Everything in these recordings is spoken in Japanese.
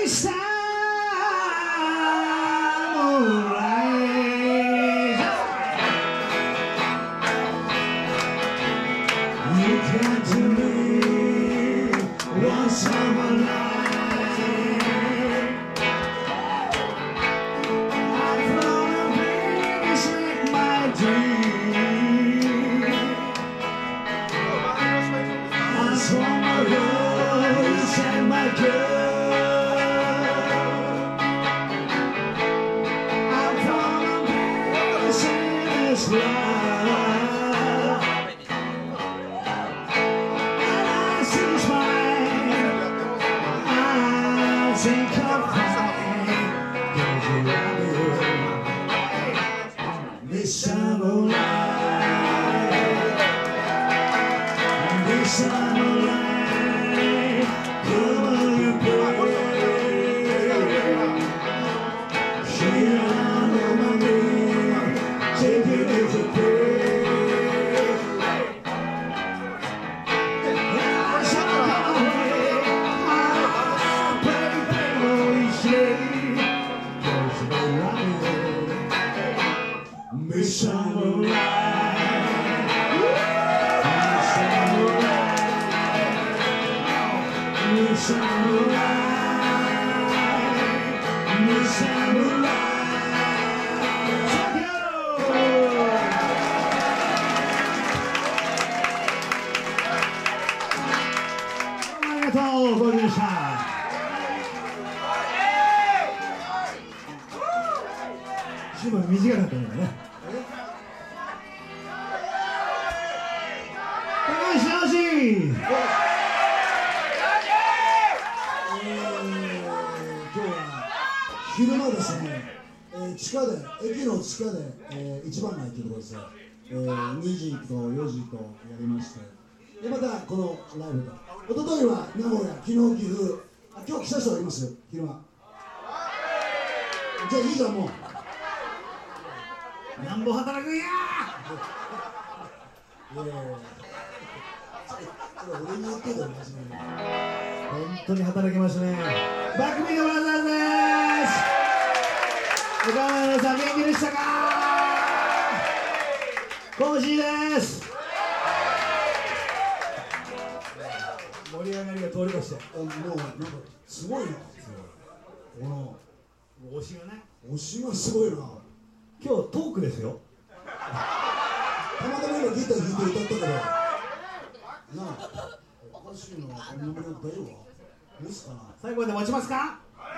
短かったんだね。高橋直志。今日は昼間ですね、地下で駅の地下で、一番街というところですよ。2時と4時とやりまして、でまたこのライブと。一昨日は名古屋、昨日岐阜、今日来た人がいますよ。昼間。じゃあいいじゃんもう。なんぼ働くんやー。いやそれ俺に言ってたよ、真面目に。本当に働きましたね。バックミートブラザーズでーす。岡山の皆さん元気でしたかー。コーシーです。盛り上がりが通りまして、もうなんかすごいな。この推しがね、推しがすごいな。今日トークですよ。たまたま今ギター弾いて歌ったけどなあ、おかしいな。こんなもの大丈夫ですかな。最後まで持ちますか。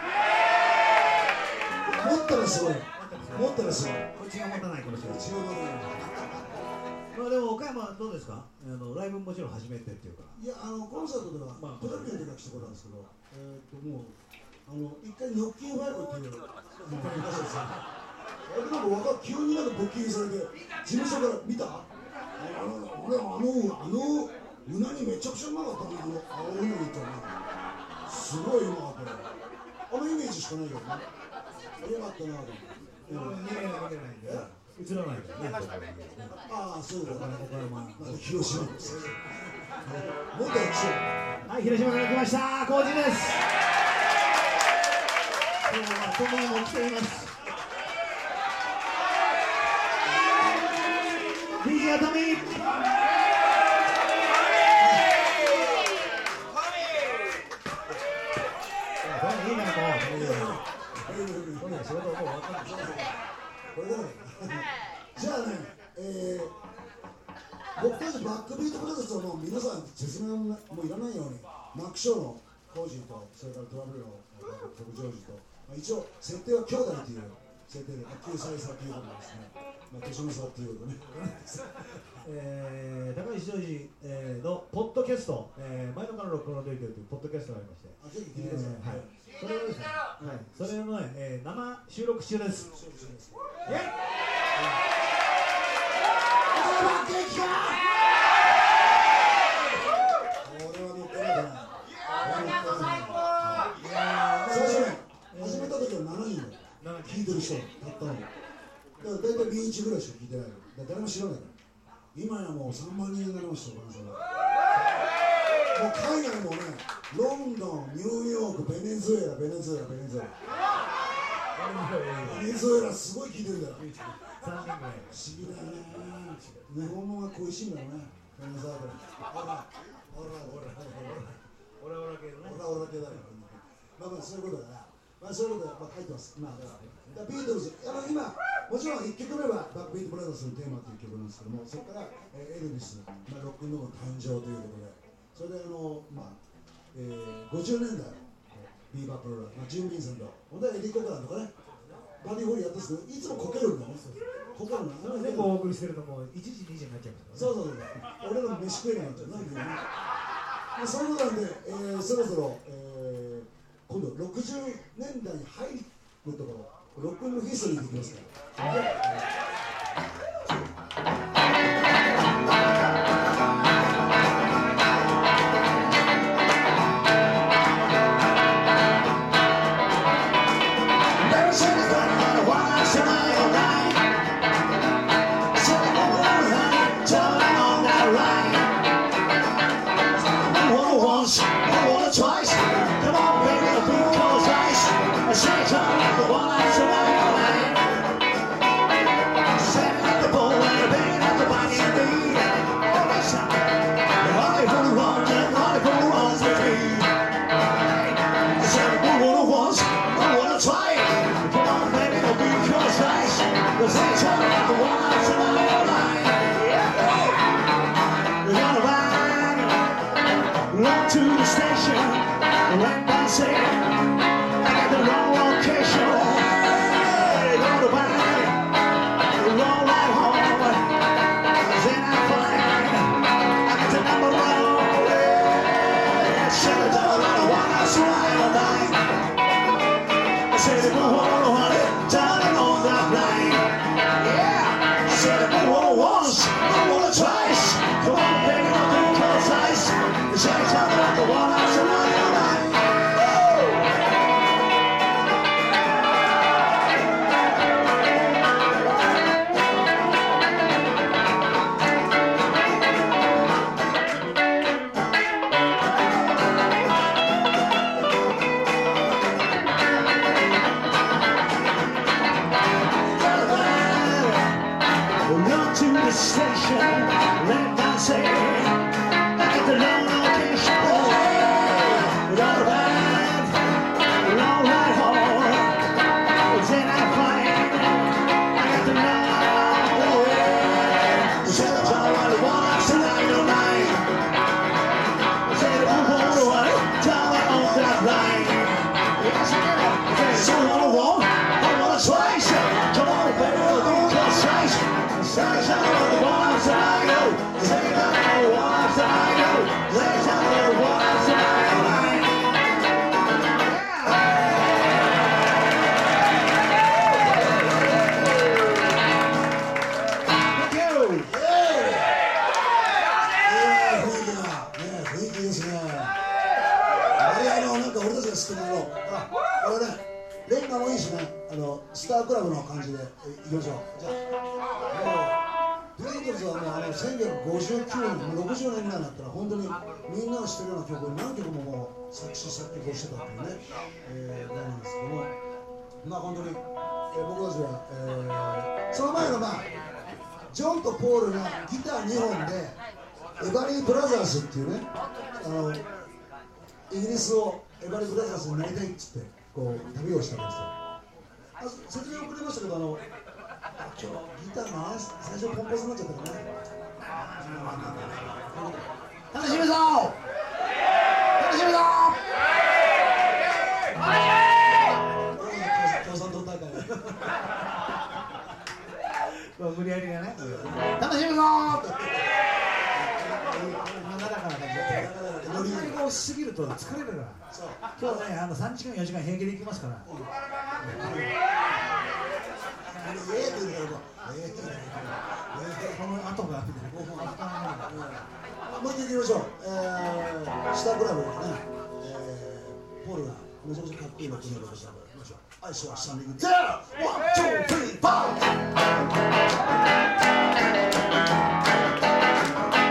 持ったらすごい、持ったらすごい。こっちが持たないかもしれない。まあでも岡山はどうですか。ライブもちろん初めてっていうか。いやコンサートではテレビの時は来たことなんですけど、もう一回ニョッキンファイブっていう昔ですよ。なんか急になんか勃起されて事務所から見た。俺うなぎめちゃくちゃうまかったな。青うなぎってすごいうまかったね。イメージしかないけどね。よかったなと思って。見れないんで映らないんだよね。ああそうだね。また広島です。もう一回一緒。はい、広島から来ましたコージです。今日はトモも来ています。DJ トミー。じゃあね、僕たちバックビートプロジェクトの皆さん説明もいらないように、マックショーのコージーとそれからトラブルの特ジョージと、一応設定は兄弟という設定で9歳差ということですね。年の差ということね。高橋ジョージのポッドキャスト、前のから録音が出てるというポッドキャストがありまして、ぜひ聞いてください。それをですね、それの生収録中です。イエイ。始めた時は7人だ。聞いてる人たったの。だから大体ビーチぐらいしか聞いてないの。誰も知らないから。今やもう3万人になりましたよ、もう海外もね、ロンドン、ニューヨーク、 曲ベネズエラすごい聴いてるんだよ。3年ぐらい不思議だよね。日本語が恋しいんだろうね。ベネズエラオラ系だよ。まあそういうことだな。そういうことは書いてます。ビートルズ、今、もちろん1曲目はバックビートブラザーズのテーマという曲なんですけども、そこからエルビス、ロックンロールの誕生ということで、それで50年代、ビーバップローラー、ジム・ビンセント、ほんでエディ・コーランとかね、バディ・ホーリーやったんですけど、いつもこけるんだね。こけるんだね。全部お送りしてるともう1時2時になっちゃうんですからね。そう。俺らも飯食えなくなっちゃうな。そういうことなんで、そろそろ、今度60年代に入るところ、ロックンロールヒストリーでいきますから。To the station, went by saying, I got the wrong location. Go to bed, roll right home. Then I find I got the number wrong. Shut it down, I don't want us right all night. I said, whoa, honey, down on that line. Yeah, I said, whoa, once, I want it twice. Come on, baby, don't do close eyes. It's every time about the one I surround your life. Run to the station, let down say, I get the long location. Without a band, long ride home. Then I find I got the long way. Said the time I want after 909. Said the whole way down on that line. So I want twice. Come on, baby, we'll do close size. Say I want the one after I go. Say I want the one after I go. Say I want the one after I go.スタークラブの感じでいきましょう。じゃあビートルズはもう1959年、60年ぐらいになったら本当にみんなが知ってるような曲を何曲ももう作詞作曲をしてたっていうね、なんですけども、本当に、僕たちは、その前のジョンとポールがギター2本でエバリー・ブラザーズっていうね、イギリスをエバリー・ブラザーズになりたいっつってこう旅をしたんですよ。説明遅れましたけど、今日ギターが最初ポンポスになっちゃったからね。楽しむぞ楽しむぞ共産党大会無理やりがね、楽しむぞなだかな感じで、あんまりこうしすぎると疲れるから。今日ね、3時間4時間平気で行きますから。もう一回行きましょう。スタークラブね、ポールがめちゃめちゃかっこいいの組み合わせしたので、行きましょう。アイスはスタンディングゼロ、ワン、ツー、スリー、フォ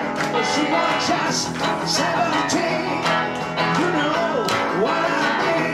ー。She was just 17, you know what I mean.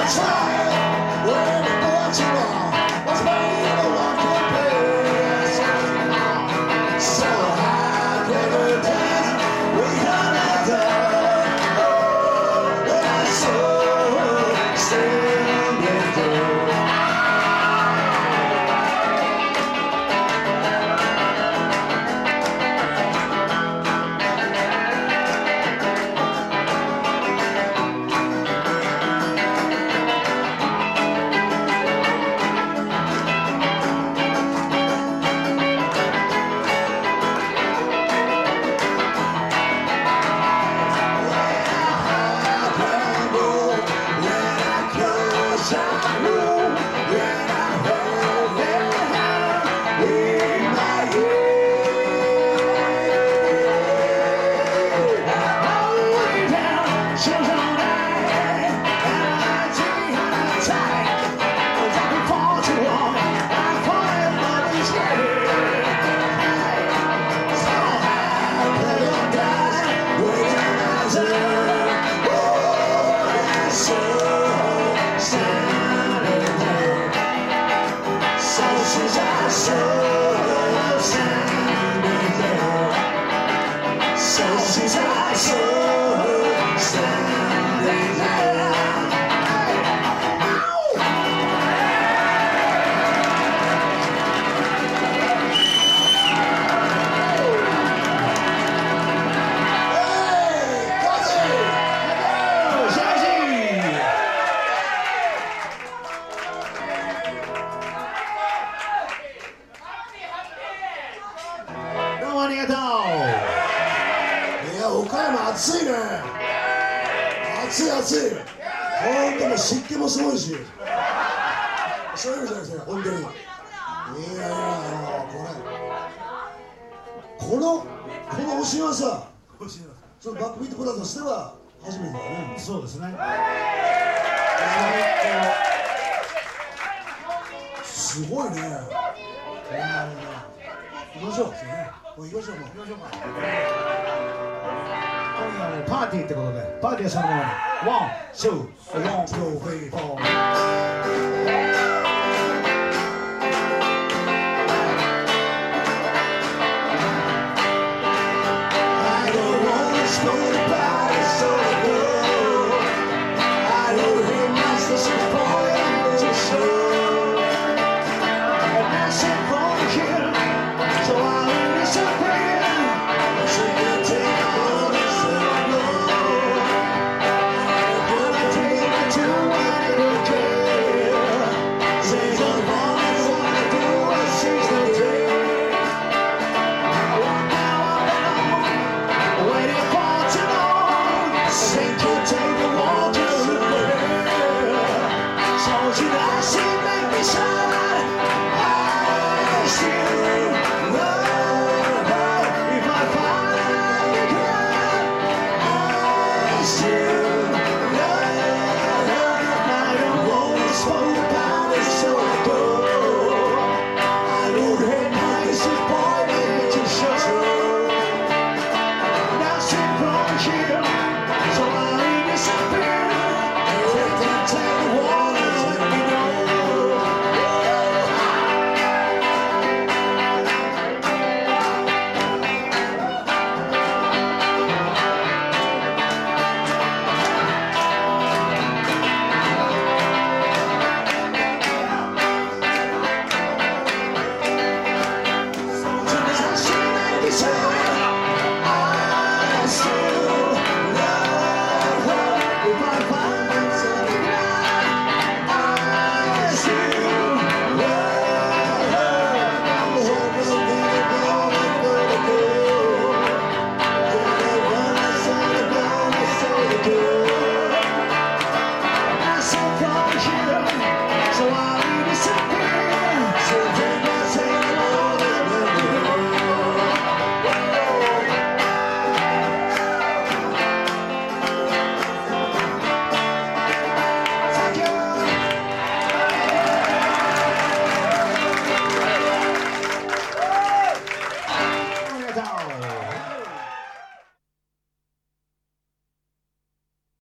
暑いね。暑い暑い。本当に湿気もすごいし。そういうのじゃないですか、本当に。いやこのおしはさ、そのバックビートブラザーズでは初めてだね。 そうですね。 すごいね。行きましょう。行きましょう。 今夜はパーティーってことで、パーティーはそのままに。ワン、ツー、ワン、ツー、スリー、フォー。So I need to